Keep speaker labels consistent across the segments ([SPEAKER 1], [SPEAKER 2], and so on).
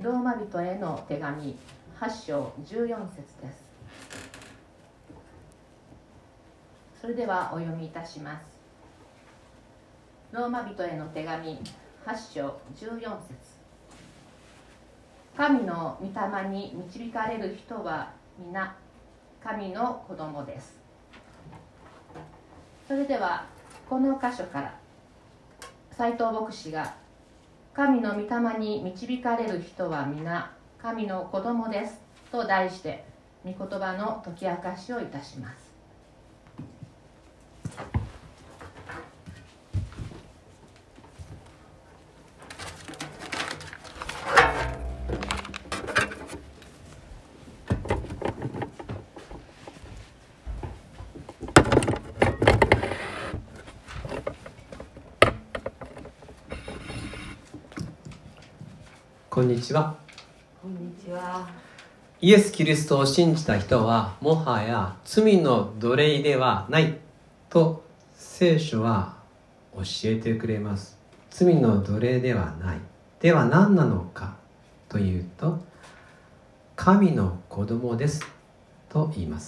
[SPEAKER 1] ローマ人への手紙8章14節です。それではお読みいたします。ローマ人への手紙8章14節。神の御霊に導かれる人は皆神の子供です。それではこの箇所から斉藤牧師が神の御霊に導かれる人は皆神の子供ですと題して御言葉の解き明かしをいたします。
[SPEAKER 2] こんにちは。
[SPEAKER 1] こんにちは。
[SPEAKER 2] イエス・キリストを信じた人はもはや罪の奴隷ではないと聖書は教えてくれます。罪の奴隷ではない。では何なのかというと、神の子供ですと言います。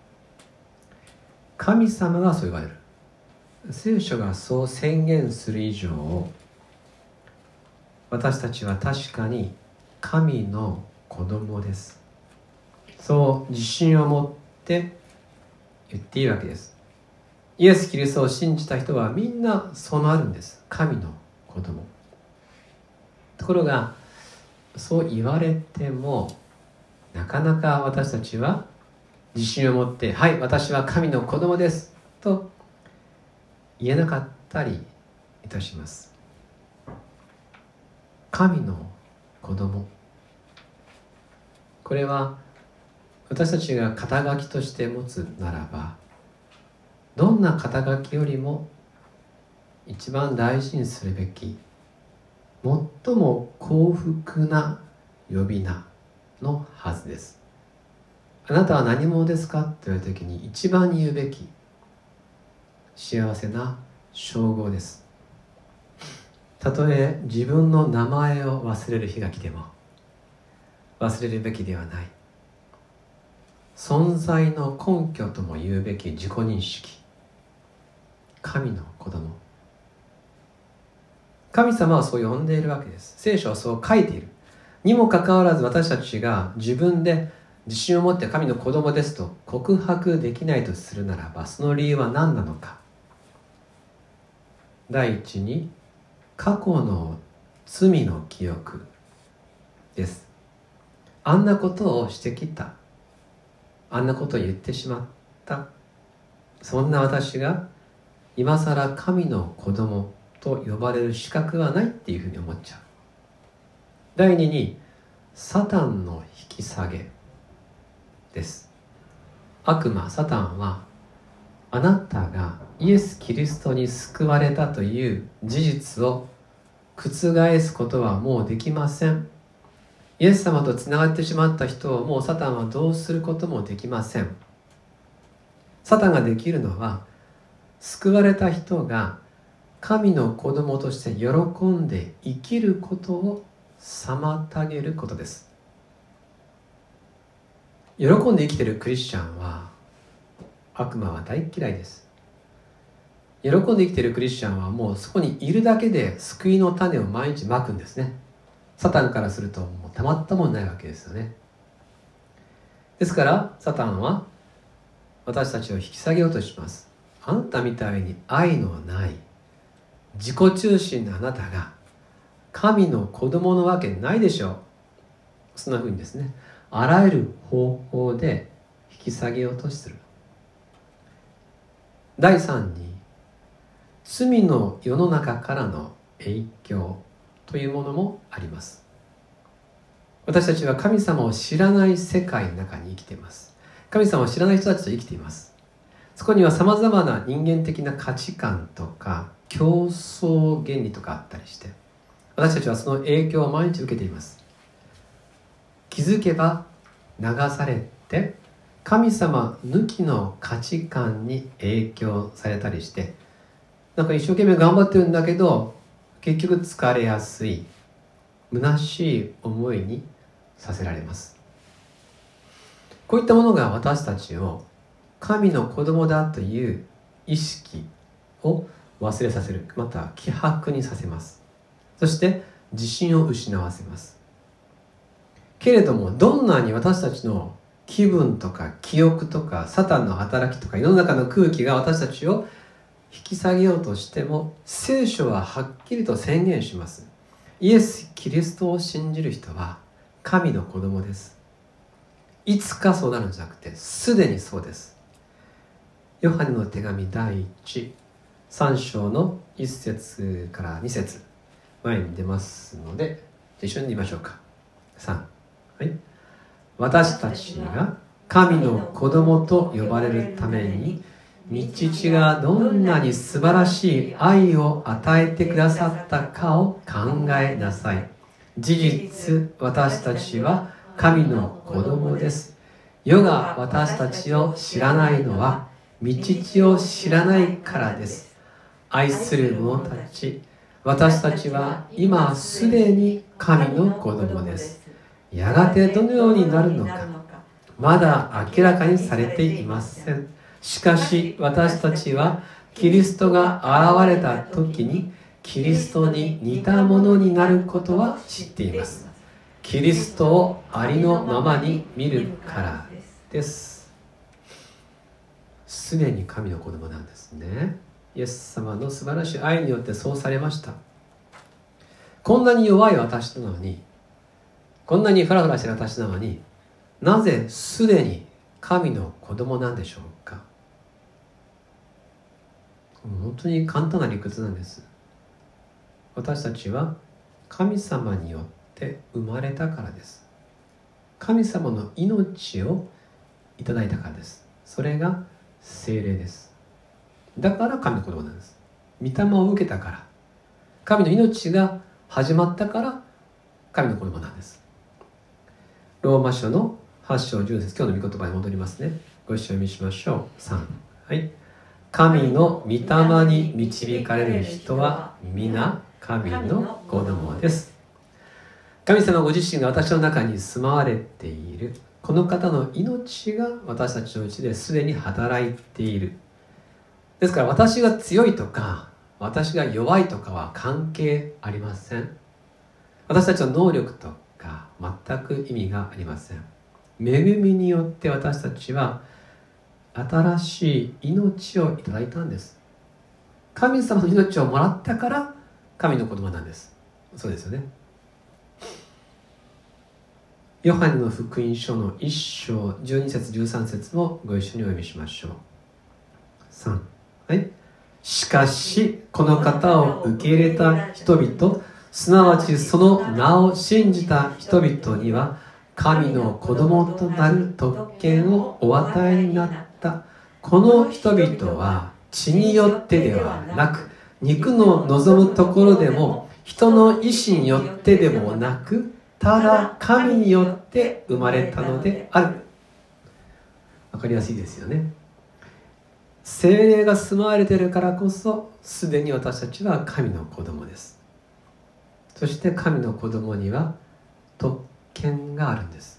[SPEAKER 2] 神様がそう言われる。聖書がそう宣言する以上、私たちは確かに神の子供です。そう自信を持って言っていいわけです。イエス・キリストを信じた人はみんなそうなるんです。神の子供。ところがそう言われてもなかなか私たちは自信を持ってはい、私は神の子供ですと言えなかったりいたします。神の子供、これは私たちが肩書きとして持つならば、どんな肩書きよりも一番大事にするべき、最も幸福な呼び名のはずです。あなたは何者ですかと言われた時に一番に言うべき幸せな称号です。たとえ自分の名前を忘れる日が来ても忘れるべきではない。存在の根拠とも言うべき自己認識。神の子供。神様はそう呼んでいるわけです。聖書はそう書いている。にもかかわらず私たちが自分で自信を持って神の子供ですと告白できないとするならば、その理由は何なのか。第一に、過去の罪の記憶です。あんなことをしてきた。あんなことを言ってしまった。そんな私が今さら神の子供と呼ばれる資格はないっていうふうに思っちゃう。第二に、サタンの引き下げです。悪魔、サタンはあなたがイエス・キリストに救われたという事実を覆すことはもうできません。イエス様とつながってしまった人をもうサタンはどうすることもできません。サタンができるのは、救われた人が神の子供として喜んで生きることを妨げることです。喜んで生きているクリスチャンは悪魔は大嫌いです。喜んで生きているクリスチャンはもうそこにいるだけで救いの種を毎日まくんですね。サタンからするともうたまったもんないわけですよね。ですからサタンは私たちを引き下げようとします。あんたみたいに愛のない自己中心なあなたが神の子供のわけないでしょう。そんな風にですね、あらゆる方法で引き下げようとする。第3に、罪の世の中からの影響というものもあります。私たちは神様を知らない世界の中に生きています。神様を知らない人たちと生きています。そこには様々な人間的な価値観とか競争原理とかあったりして、私たちはその影響を毎日受けています。気づけば流されて神様抜きの価値観に影響されたりして、なんか一生懸命頑張ってるんだけど結局疲れやすい、 虚しい思いにさせられます。こういったものが私たちを神の子供だという意識を忘れさせる、また希薄にさせます。そして自信を失わせます。けれども、どんなに私たちの気分とか記憶とかサタンの働きとか世の中の空気が私たちを引き下げようとしても、聖書ははっきりと宣言します。イエス・キリストを信じる人は神の子供です。いつかそうなるんじゃなくて、すでにそうです。ヨハネの手紙第3章の1節から2節前に出ますので、一緒に言いましょうか。3、はい。私たちが神の子供と呼ばれるために、御父がどんなに素晴らしい愛を与えてくださったかを考えなさい。事実、私たちは神の子供です。世が私たちを知らないのは、御父を知らないからです。愛する者たち、私たちは今すでに神の子供です。やがてどのようになるのか、まだ明らかにされていません。しかし私たちはキリストが現れた時にキリストに似たものになることは知っています。キリストをありのままに見るからです。すでに神の子供なんですね。イエス様の素晴らしい愛によってそうされました。こんなに弱い私なのに、こんなにフラフラしてる私なのに、なぜすでに神の子供なんでしょうか。本当に簡単な理屈なんです。私たちは神様によって生まれたからです。神様の命をいただいたからです。それが聖霊です。だから神の子供なんです。御霊を受けたから、神の命が始まったから神の子供なんです。ローマ書の8章10節、今日の御言葉に戻りますね。ご一緒に見しましょう。3、はい。神の御霊に導かれる人は皆神の子供です。神様ご自身が私の中に住まわれている。この方の命が私たちのうちですでに働いている。ですから私が強いとか私が弱いとかは関係ありません。私たちの能力とか全く意味がありません。恵みによって私たちは新しい命をいただいたんです。神様の命をもらったから神の子供なんです。そうですよね。ヨハネの福音書の1章12節13節もご一緒にお読みしましょう。3、はい。しかしこの方を受け入れた人々、すなわちその名を信じた人々には神の子供となる特権をお与えになった。この人々は血によってではなく、肉の望むところでも人の意志によってでもなく、ただ神によって生まれたのである。わかりやすいですよね。聖霊が住まわれているからこそ、すでに私たちは神の子供です。そして神の子供には特権があるんです。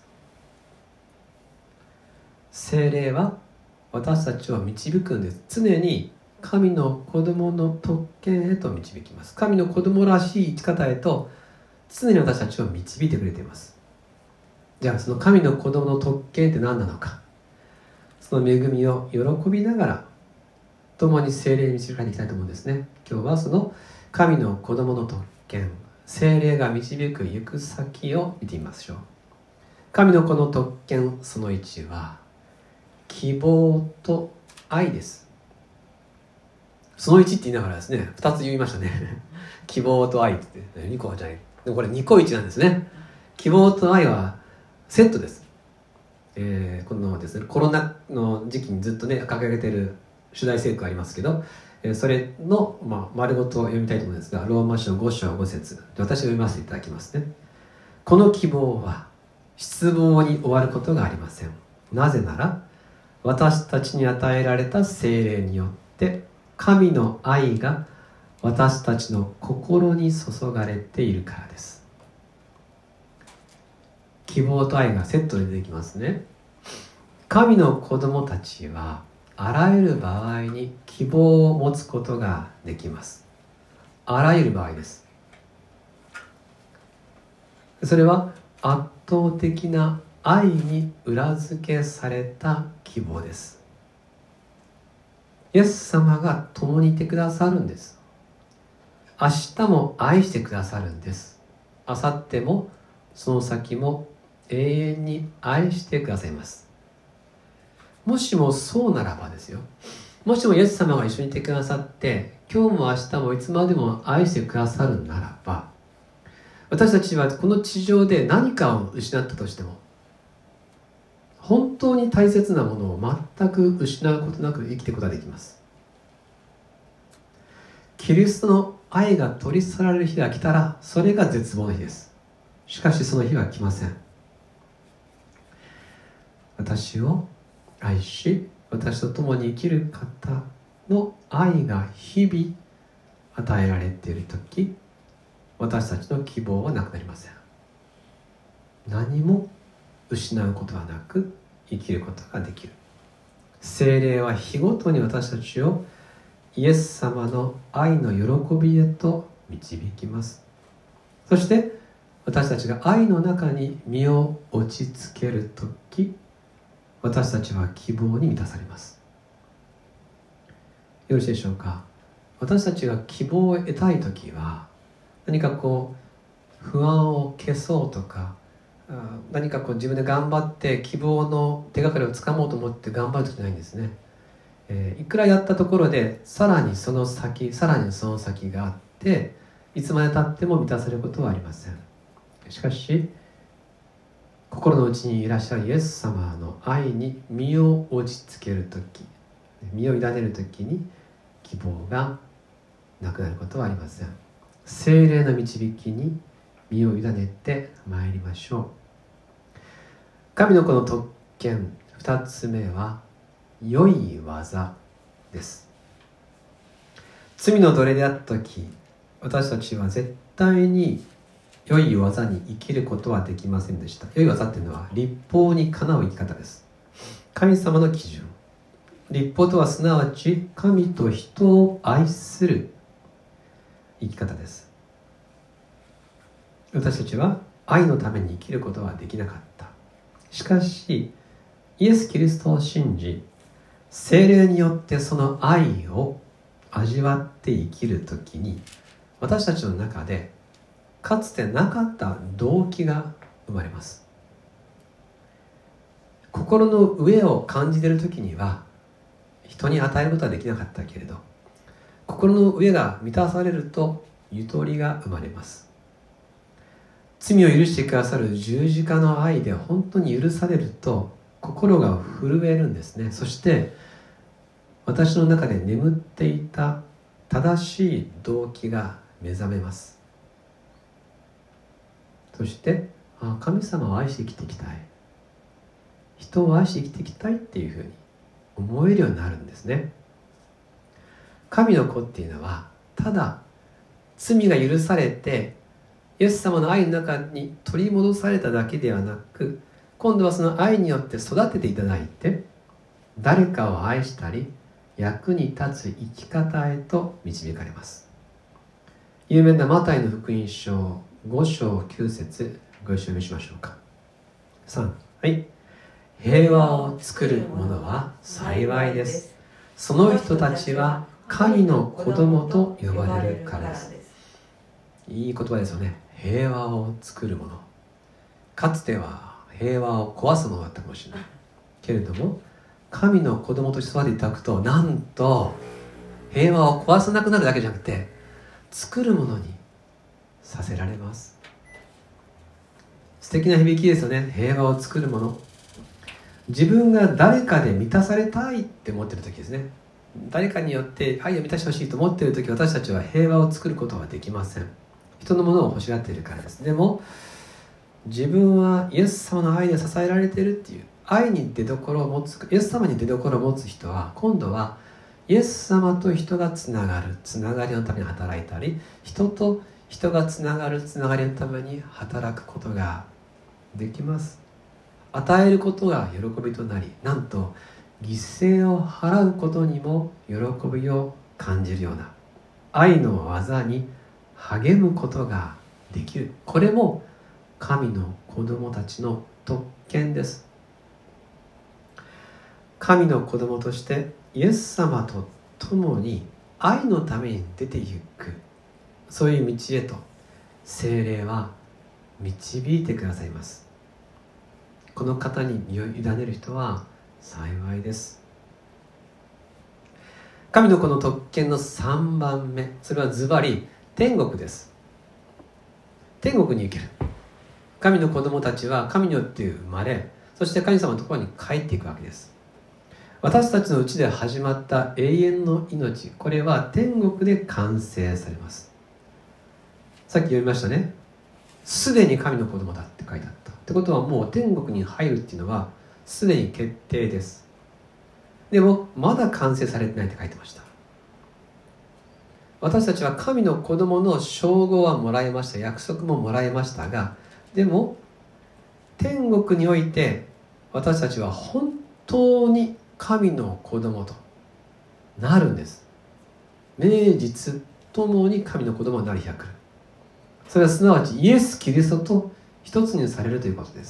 [SPEAKER 2] 聖霊は私たちを導くんです。常に神の子供の特権へと導きます。神の子供らしい生き方へと常に私たちを導いてくれています。じゃあその神の子供の特権って何なのか、その恵みを喜びながら共に聖霊に導かれていきたいと思うんですね。今日はその神の子供の特権、聖霊が導く行く先を見てみましょう。神の子の特権その1は希望と愛です。その1って言いながらですね、2つ言いましたね。希望と愛って2個じゃない。でもこれ2個1なんですね。希望と愛はセットです。このですね、コロナの時期にずっとね掲げている主題聖句ありますけど、それの、丸ごと読みたいと思うんですが、ローマ書5章5節、私が読ませていただきますね。この希望は失望に終わることがありません。なぜなら私たちに与えられた聖霊によって神の愛が私たちの心に注がれているからです。 希望と愛がセットで出てきますね。神の子供たちはあらゆる場合に希望を持つことができます。あらゆる場合です。それは圧倒的な愛に裏付けされた希望です。イエス様が共にいてくださるんです。明日も愛してくださるんです。明後日もその先も永遠に愛してくださいます。もしもそうならばですよ。もしもイエス様が一緒にいてくださって、今日も明日もいつまでも愛してくださるならば、私たちはこの地上で何かを失ったとしても、本当に大切なものを全く失うことなく生きていくことができます。キリストの愛が取り去られる日が来たら、それが絶望の日です。しかしその日は来ません。私を愛し、私と共に生きる方の愛が日々与えられているとき、私たちの希望はなくなりません。何も失うことはなく生きることができる。聖霊は日ごとに私たちをイエス様の愛の喜びへと導きます。そして私たちが愛の中に身を落ち着けるとき、私たちは希望に満たされます。よろしいでしょうか。私たちが希望を得たいときは、何か不安を消そうとか、何か自分で頑張って希望の手がかりをつかもうと思って頑張るときじゃないんですね。いくらやったところでさらにその先があって、いつまでたっても満たされることはありません。しかし心の内にいらっしゃるイエス様の愛に身を落ち着けるとき、身を委ねるときに希望がなくなることはありません。聖霊の導きに身を委ねてまいりましょう。神の子の特権2つ目は良い技です。罪の奴隷であったとき、私たちは絶対に良い技に生きることはできませんでした。良い技っていうのは律法にかなう生き方です。神様の基準。律法とはすなわち神と人を愛する生き方です。私たちは愛のために生きることはできなかった。しかしイエス・キリストを信じ、聖霊によってその愛を味わって生きるときに、私たちの中でかつてなかった動機が生まれます。心の飢えを感じているときには人に与えることはできなかったけれど、心の飢えが満たされるとゆとりが生まれます。罪を許してくださる十字架の愛で本当に許されると心が震えるんですね。そして私の中で眠っていた正しい動機が目覚めます。そして神様を愛して生きていきたい、人を愛して生きていきたいっていうふうに思えるようになるんですね。神の子っていうのはただ罪が許されてイエス様の愛の中に取り戻されただけではなく、今度はその愛によって育てていただいて、誰かを愛したり役に立つ生き方へと導かれます。有名なマタイの福音書5章9節ご一緒にしましょうか。3、はい。平和を作る者は幸いです。その人たちは神の子供と呼ばれるからです。いい言葉ですよね。平和を作る者。かつては平和を壊すものだったかもしれないけれども、神の子供として育てていただくと、なんと平和を壊さなくなるだけじゃなくて作るものにさせられます。素敵な響きですよね。平和を作るもの。自分が誰かで満たされたいって思ってる時ですね。誰かによって愛を満たしてほしいと思っている時、私たちは平和を作ることはできません。人のものを欲しがっているからです。でも自分はイエス様の愛で支えられているっていう愛に出所を持つ、イエス様に出所を持つ人は、今度はイエス様と人がつながる、つながりのために働いたり、人と人がつながるつながりのために働くことができます。与えることが喜びとなり、なんと犠牲を払うことにも喜びを感じるような愛の技に励むことができる。これも神の子供たちの特権です。神の子供としてイエス様と共に愛のために出ていく、そういう道へと聖霊は導いてくださいます。この方に身を委ねる人は幸いです。神の子の特権の3番目、それはズバリ天国です。天国に行ける。神の子供たちは神によって生まれ、そして神様のところに帰っていくわけです。私たちのうちで始まった永遠の命、これは天国で完成されます。さっき読みましたね。すでに神の子供だって書いてあった。ってことはもう天国に入るっていうのはすでに決定です。でもまだ完成されてないって書いてました。私たちは神の子供の称号はもらいました。約束ももらいましたが、でも天国において私たちは本当に神の子供となるんです。名実ともに神の子供になる日が来る。それはすなわちイエス・キリストと一つにされるということです。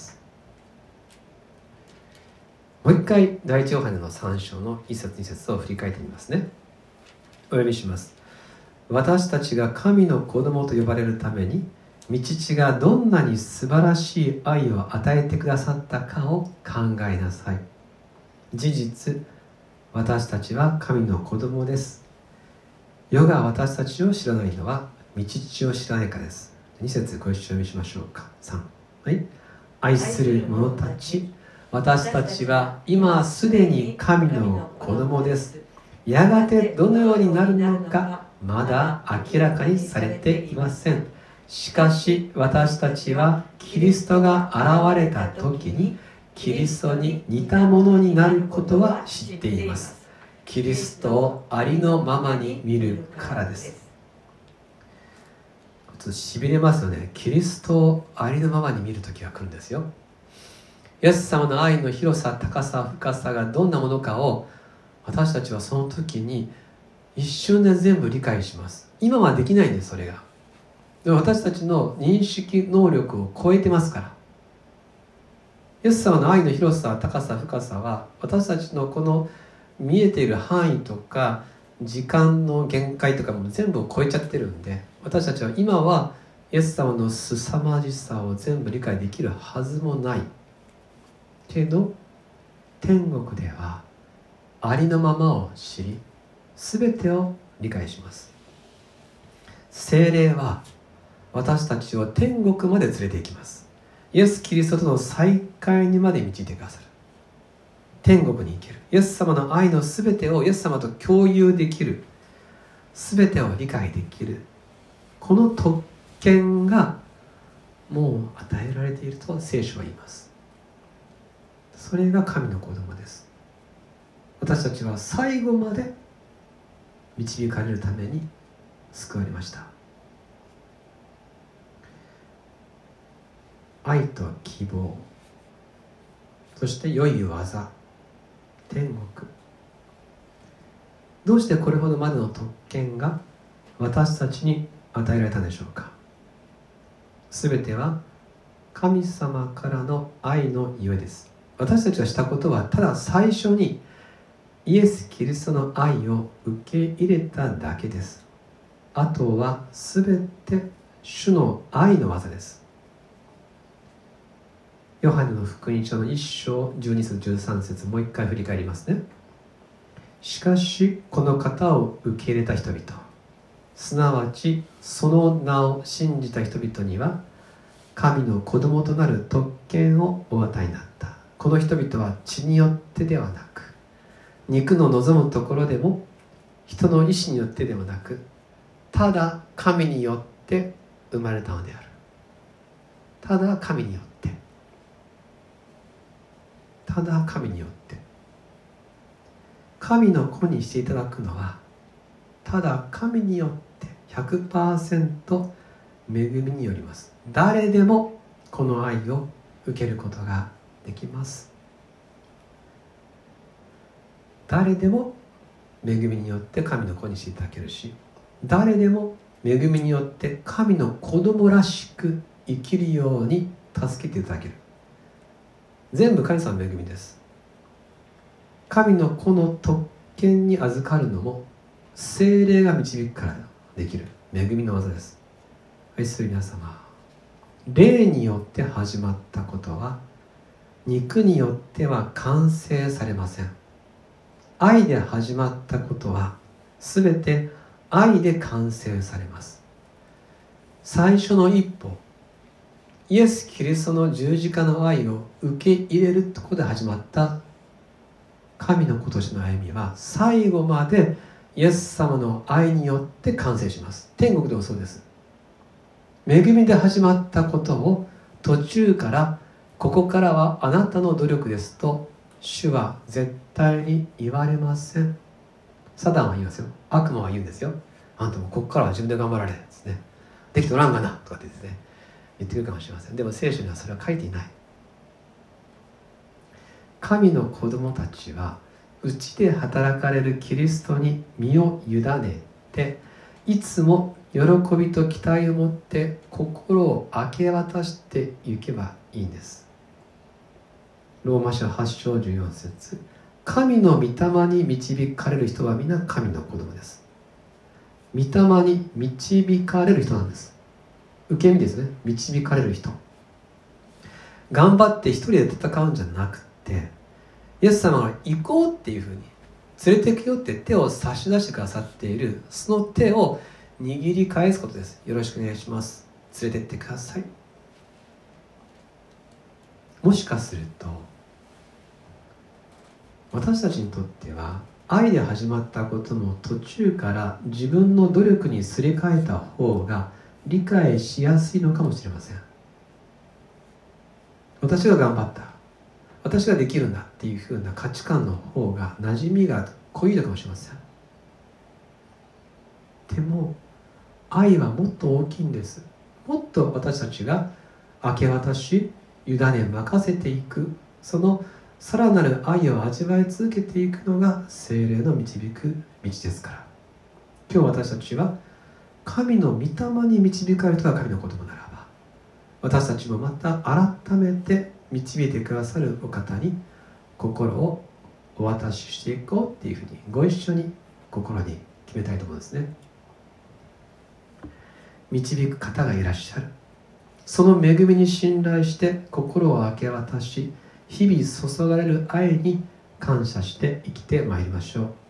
[SPEAKER 2] もう一回第一ヨハネの3章の1節2節を振り返ってみますね。お読みします。私たちが神の子供と呼ばれるために御父がどんなに素晴らしい愛を与えてくださったかを考えなさい。事実、私たちは神の子供です。世が私たちを知らないのは御父を知らないからです。2節ご一緒に読みしましょうか。3、はい。愛する者たち、私たちは今すでに神の子供です。やがてどのようになるのかまだ明らかにされていません。しかし私たちはキリストが現れた時にキリストに似たものになることは知っています。キリストをありのままに見るからです。ちょっとしびれますよね。キリストをありのままに見る時が来るんですよ。イエス様の愛の広さ、高さ、深さがどんなものかを私たちはその時に一瞬で全部理解します。今はできないんです、それが。でも私たちの認識能力を超えてますから。イエス様の愛の広さ、高さ、深さは私たちのこの見えている範囲とか時間の限界とかも全部を超えちゃってるんで、私たちは今はイエス様の凄まじさを全部理解できるはずもないけど、天国ではありのままを知り全てを理解します。聖霊は私たちを天国まで連れて行きます。イエス・キリストとの再会にまで導いてくださる。天国に行ける。イエス様の愛の全てをイエス様と共有できる。全てを理解できる。この特権がもう与えられていると聖書は言います。それが神の子供です。私たちは最後まで導かれるために救われました。愛と希望、そして良い技、天国。どうしてこれほどまでの特権が私たちに与えられたんでしょうか。すべては神様からの愛のゆえです。私たちがしたことはただ最初にイエス・キリストの愛を受け入れただけです。あとはすべて主の愛の技です。ヨハネの福音書の1章12節13節、もう一回振り返りますね。しかしこの方を受け入れた人々、すなわちその名を信じた人々には神の子供となる特権をお与えになった。この人々は血によってではなく、肉の望むところでも人の意志によってではなく、ただ神によって生まれたのである。ただ神によって、ただ神によって、神の子にしていただくのはただ神によって 100% 恵みによります。誰でもこの愛を受けることができます。誰でも恵みによって神の子にしていただけるし、誰でも恵みによって神の子供らしく生きるように助けていただける。全部神様の恵みです。神の子の特権に預かるのも聖霊が導くからできる恵みの技です。愛する皆様、霊によって始まったことは肉によっては完成されません。愛で始まったことはすべて愛で完成されます。最初の一歩、イエス・キリストの十字架の愛を受け入れるところで始まった神の子としての歩みは、最後までイエス様の愛によって完成します。天国でもそうです。恵みで始まったことを途中からここからはあなたの努力ですと主は絶対に言われません。サタンは言いますよ。悪魔は言うんですよ。あんたもここからは自分で頑張られですね。できとらんがなとかってですね、言ってくるかもしれません。でも聖書にはそれは書いていない。神の子供たちは内で働かれるキリストに身を委ねて、いつも喜びと期待を持って心を明け渡していけばいいんです。ローマ書8章14節、神の御霊に導かれる人は皆神の子供です。御霊に導かれる人なんです。受け身ですね。導かれる人。頑張って一人で戦うんじゃなくて、イエス様が行こうっていうふうに連れて行くよって手を差し出してくださっている、その手を握り返すことです。よろしくお願いします。連れてってください。もしかすると私たちにとっては愛で始まったことも途中から自分の努力にすり替えた方が理解しやすいのかもしれません。私が頑張った、私ができるんだっていう風な価値観の方が馴染みが濃いのかもしれません。でも愛はもっと大きいんです。もっと私たちが明け渡し委ね任せていく、そのさらなる愛を味わい続けていくのが聖霊の導く道ですから。今日私たちは神の御霊に導かれる人が神の子供ならば、私たちもまた改めて導いてくださるお方に心をお渡ししていこうっていうふうにご一緒に心に決めたいと思うんですね。導く方がいらっしゃる。その恵みに信頼して心を明け渡し、日々注がれる愛に感謝して生きてまいりましょう。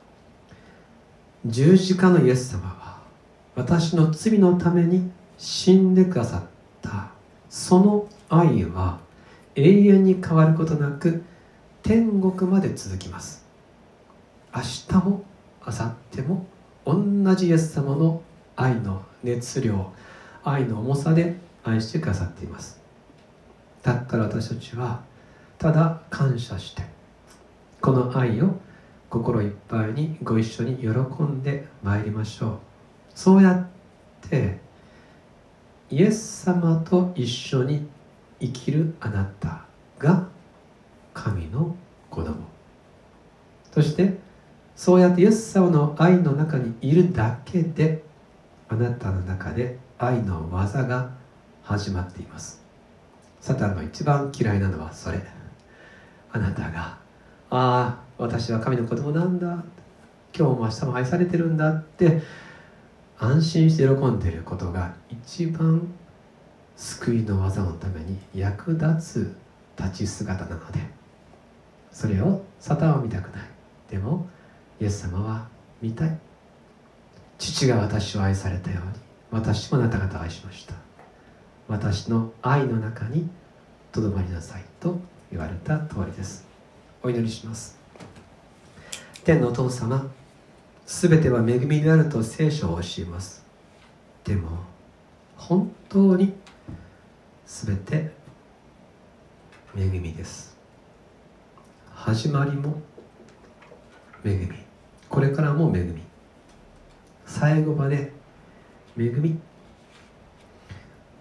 [SPEAKER 2] 十字架のイエス様は私の罪のために死んでくださった。その愛は永遠に変わることなく天国まで続きます。明日も明後日も同じイエス様の愛の熱量、愛の重さで愛してくださっています。だったら私たちはただ感謝して、この愛を心いっぱいにご一緒に喜んでまいりましょう。そうやってイエス様と一緒に生きるあなたが神の子供、そしてそうやってイエス様の愛の中にいるだけで、あなたの中で愛の技が始まっています。サタンの一番嫌いなのはそれ。あなたが私は神の子供なんだ、今日も明日も愛されてるんだって安心して喜んでいることが一番救いの技のために役立つ立ち姿なので、それをサタンは見たくない。でもイエス様は見たい。父が私を愛されたように私もあなた方を愛しました。私の愛の中にとどまりなさいと言われた通りです。お祈りします。天のお父様、すべては恵みであると聖書を教えます。でも本当にすべて恵みです。始まりも恵み、これからも恵み、最後まで恵み。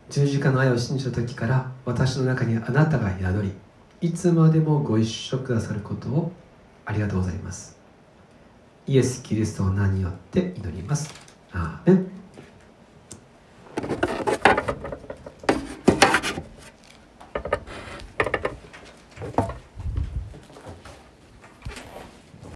[SPEAKER 2] 十字架の愛を信じた時から私の中にあなたが宿り、いつまでもご一緒くださることをありがとうございます。イエス・キリストの名によって祈ります。アーメン。